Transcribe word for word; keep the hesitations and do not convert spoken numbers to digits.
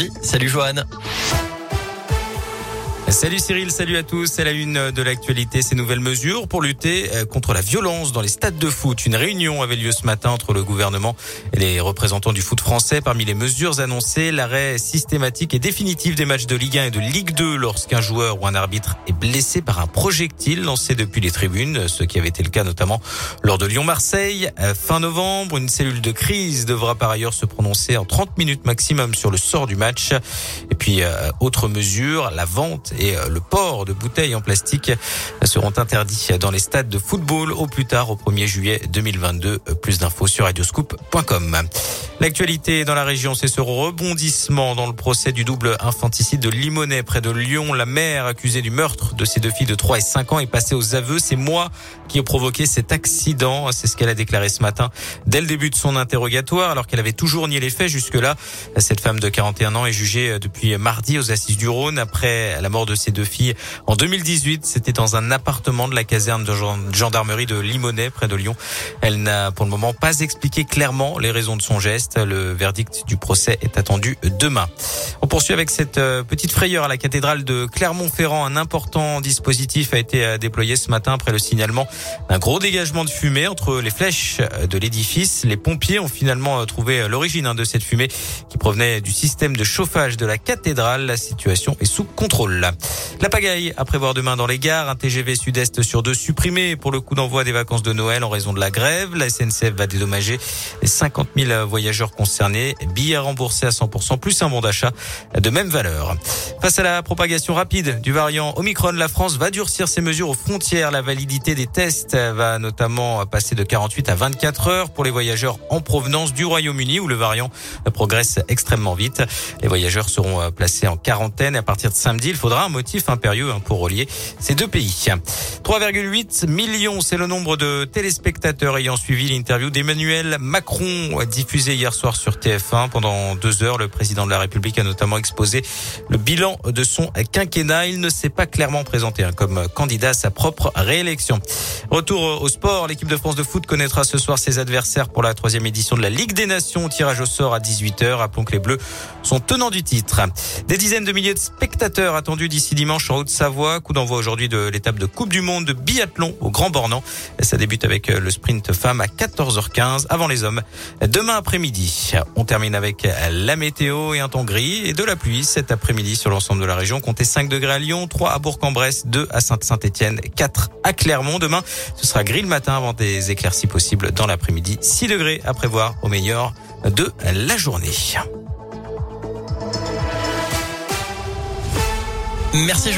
Hervé. Salut Johan. Salut Cyril, salut à tous. C'est la une de l'actualité, ces nouvelles mesures pour lutter contre la violence dans les stades de foot. Une réunion avait lieu ce matin entre le gouvernement et les représentants du foot français. Parmi les mesures annoncées, l'arrêt systématique et définitif des matchs de Ligue un et de Ligue deux lorsqu'un joueur ou un arbitre est blessé par un projectile lancé depuis les tribunes, ce qui avait été le cas notamment lors de Lyon-Marseille. Fin novembre, une cellule de crise devra par ailleurs se prononcer en trente minutes maximum sur le sort du match. Et puis, euh, autre mesure, la vente et le port de bouteilles en plastique seront interdits dans les stades de football au plus tard au premier juillet deux mille vingt-deux. Plus d'infos sur radioscoop point com. L'actualité dans la région, c'est ce rebondissement dans le procès du double infanticide de Limonest près de Lyon. La mère accusée du meurtre de ses deux filles de trois et cinq ans est passée aux aveux. C'est moi qui ai provoqué cet accident. C'est ce qu'elle a déclaré ce matin dès le début de son interrogatoire, alors qu'elle avait toujours nié les faits jusque-là. Cette femme de quarante et un ans est jugée depuis mardi aux assises du Rhône après la mort de ses deux filles en deux mille dix-huit. C'était dans un appartement de la caserne de gendarmerie de Limonest près de Lyon. Elle n'a pour le moment pas expliqué clairement les raisons de son geste. Le verdict du procès est attendu demain. On poursuit avec cette petite frayeur à la cathédrale de Clermont-Ferrand. Un important dispositif a été déployé ce matin après le signalement d'un gros dégagement de fumée entre les flèches de l'édifice. Les pompiers ont finalement trouvé l'origine de cette fumée qui provenait du système de chauffage de la cathédrale. La situation est sous contrôle. La pagaille à prévoir demain dans les gares. Un T G V Sud-Est sur deux supprimé pour le coup d'envoi des vacances de Noël en raison de la grève. La S N C F va dédommager les cinquante mille voyageurs concernés. Billets remboursés à cent pour cent plus un bon d'achat de même valeur. Face à la propagation rapide du variant Omicron, la France va durcir ses mesures aux frontières. La validité des tests va notamment passer de quarante-huit à vingt-quatre heures pour les voyageurs en provenance du Royaume-Uni où le variant progresse extrêmement vite. Les voyageurs seront placés en quarantaine et à partir de samedi, il faudra un motif impérieux pour relier ces deux pays. trois virgule huit millions, c'est le nombre de téléspectateurs ayant suivi l'interview d'Emmanuel Macron diffusée hier soir sur T F un. Pendant deux heures, le président de la République a notamment exposé le bilan de son quinquennat. Il ne s'est pas clairement présenté comme candidat à sa propre réélection. Retour au sport, l'équipe de France de foot connaîtra ce soir ses adversaires pour la troisième édition de la Ligue des Nations. Tirage au sort à dix-huit heures. Rappelons que les Bleus sont tenants du titre. Des dizaines de milliers de spectateurs attendus d'ici dimanche en Haute-Savoie. Coup d'envoi aujourd'hui de l'étape de Coupe du Monde de biathlon au Grand Bornand. Ça débute avec le sprint femme à quatorze heures quinze avant les hommes demain après-midi. On termine avec la météo et un temps gris et de la pluie cet après-midi sur l'ensemble de la région. Comptez cinq degrés à Lyon, trois à Bourg-en-Bresse, deux à Saint-Étienne, quatre à Clermont. Demain, ce sera gris le matin avant des éclaircies possibles dans l'après-midi. six degrés à prévoir au meilleur de la journée. Merci.